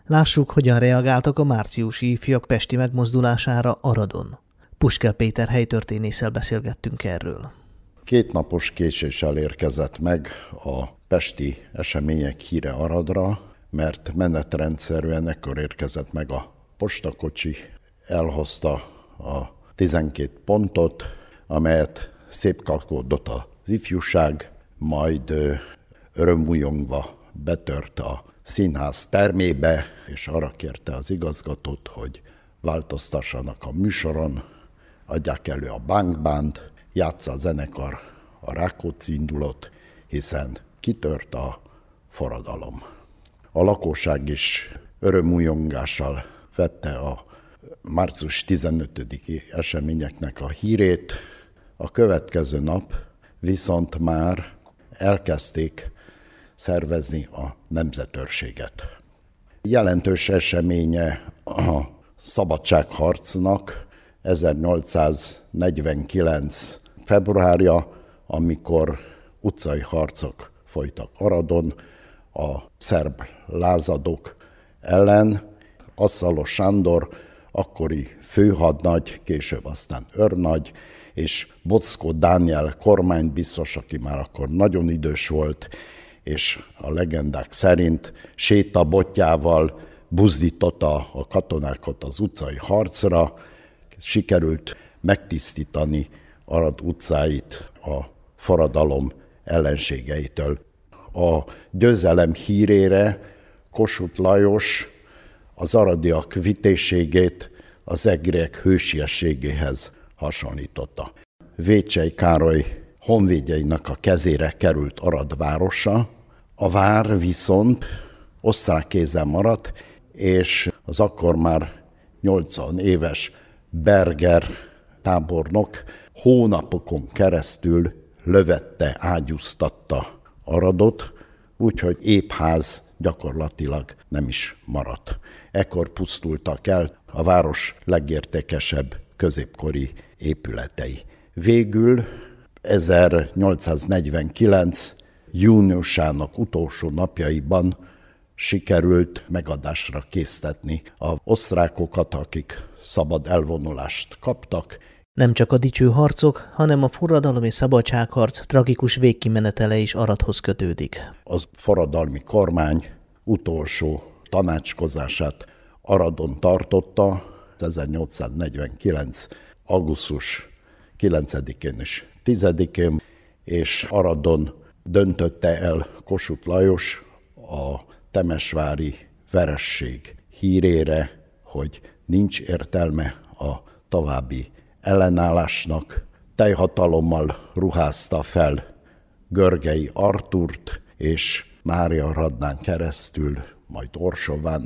Lássuk, hogyan reagáltak a márciusi ifjak pesti megmozdulására Aradon. Puskel Péter helytörténésszel beszélgettünk erről. 2 napos késéssel érkezett meg a pesti események híre Aradra, mert menetrendszerűen ekkor érkezett meg a postakocsi, elhozta a 12 pontot, amelyet szép kapkodott az ifjúság, majd örömújongva betört a színház termébe, és arra kérte az igazgatót, hogy változtassanak a műsoron, adják elő a Bankband, játsza a zenekar a Rákóczi indulót, hiszen kitört a forradalom. A lakosság is örömújongással vette a március 15-i eseményeknek a hírét. A következő nap viszont már elkezdték szervezni a nemzetőrséget. Jelentős eseménye a szabadságharcnak 1849. februárja, amikor utcai harcok folytak Aradon a szerb lázadók ellen. Asszalos Sándor, akkori főhadnagy, később aztán őrnagy, és Boczkó Dániel kormánybiztos, aki már akkor nagyon idős volt, és a legendák szerint sétabotjával buzdította a katonákat az utcai harcra. Sikerült megtisztítani Arad utcáit a forradalom ellenségeitől. A győzelem hírére Kossuth Lajos az aradiak vitézségét az egriek hősiességéhez hasonlította. Vécsey Károly honvédjeinek a kezére került Arad városa, a vár viszont osztrák kézen maradt, és az akkor már 80 éves Berger tábornok hónapokon keresztül lövette, ágyúztatta Aradot, úgyhogy épház gyakorlatilag nem is maradt. Ekkor pusztultak el a város legértékesebb középkori épületei. Végül 1849. júniusának utolsó napjaiban sikerült megadásra késztetni az osztrákokat, akik szabad elvonulást kaptak. Nem csak a dicső harcok, hanem a forradalom és szabadságharc tragikus végkimenetele is Aradhoz kötődik. A forradalmi kormány utolsó tanácskozását Aradon tartotta 1849. augusztus 9-én és 10-én, és Aradon döntötte el Kossuth Lajos a temesvári veresség hírére, hogy nincs értelme a további ellenállásnak. Teljhatalommal ruházta fel Görgei Artúrt, és Mária Radnán keresztül, majd Orsován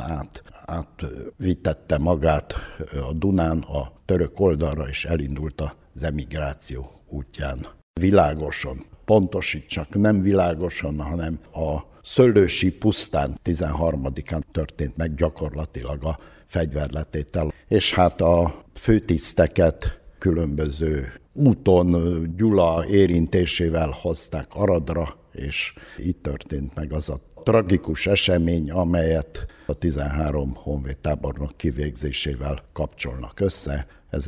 átvitette magát a Dunán a török oldalra, és elindult az emigráció útján. Világosan, pontosítsak, nem világosan, hanem a Szöllősi pusztán 13-án történt meg gyakorlatilag a fegyverletétel. És hát a főtiszteket különböző úton Gyula érintésével hozták Aradra, és itt történt meg az a tragikus esemény, amelyet a 13 honvédtábornok kivégzésével kapcsolnak össze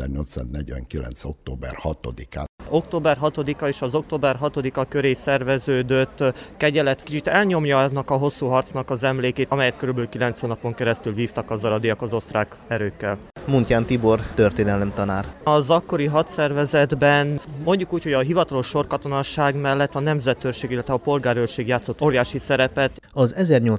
1849. október 6-án. Október 6-a és az október 6-a köré szerveződött kegyelet kicsit elnyomja annak a hosszú harcnak az emlékét, amelyet kb. 9 hónapon keresztül vívtak az aradiak az osztrák erőkkel. Muntján Tibor, történelemtanár. Az akkori hadszervezetben mondjuk úgy, hogy a hivatalos sorkatonasság mellett a nemzetőrség, illetve a polgárőrség játszott óriási szerepet. Az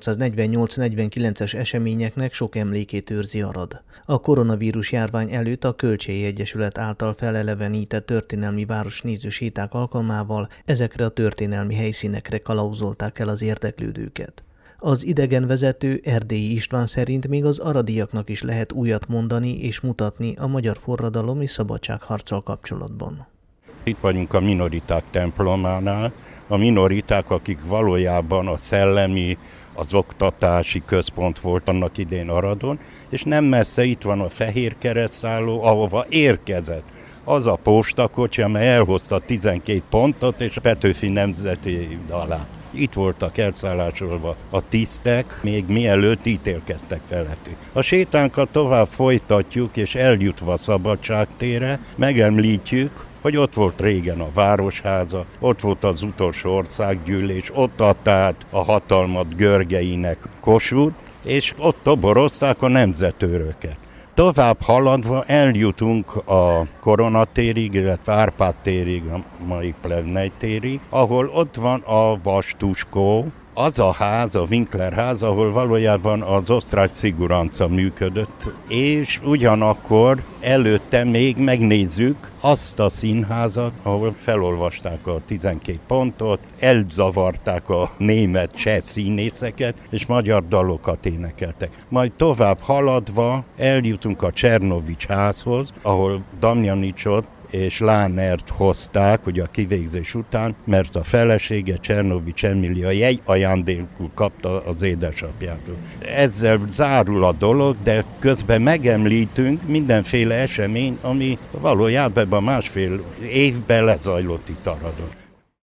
1848-49-es eseményeknek sok emlékét őrzi Arad. A koronavírus járvány előtt a Kölcsei Egyesület által felelevenített történelmi városnéző séták alkalmával ezekre a történelmi helyszínekre kalauzolták el az érdeklődőket. Az idegenvezető Erdélyi István szerint még az aradiaknak is lehet újat mondani és mutatni a magyar forradalom és szabadságharccal kapcsolatban. Itt vagyunk a minoriták templománál. A minoriták, akik valójában a szellemi, az oktatási központ volt annak idén Aradon, és nem messze itt van a Fehér Keresztszálló, ahova érkezett az a postakocsi, amely elhozta 12 pontot és a Petőfi nemzeti dalát. Itt voltak elszállásolva a tisztek, még mielőtt ítélkeztek felettük. A sétánkat tovább folytatjuk, és eljutva a Szabadságtérre megemlítjük, hogy ott volt régen a Városháza, ott volt az utolsó országgyűlés, ott adta át a hatalmat Görgeinek Kossuth, és ott toborozták a nemzetőröket. Tovább haladva eljutunk a Koronatérig, illetve Árpád térig, a mai Plevnej térig, ahol ott van a Vastuskó, az a ház, a Winkler ház, ahol valójában az osztrák sziguranca működött, és ugyanakkor előtte még megnézzük azt a színházat, ahol felolvasták a 12 pontot, elzavarták a német cseh színészeket, és magyar dalokat énekeltek. Majd tovább haladva eljutunk a Czernovics házhoz, ahol Damjanicsot és Lánert hozták, ugye a kivégzés után, mert a felesége Czernovics Emília jegyajándékul kapta az édesapjától. Ezzel zárul a dolog, de közben megemlítünk mindenféle esemény, ami valójában másfél évben lezajlott itt Aradon.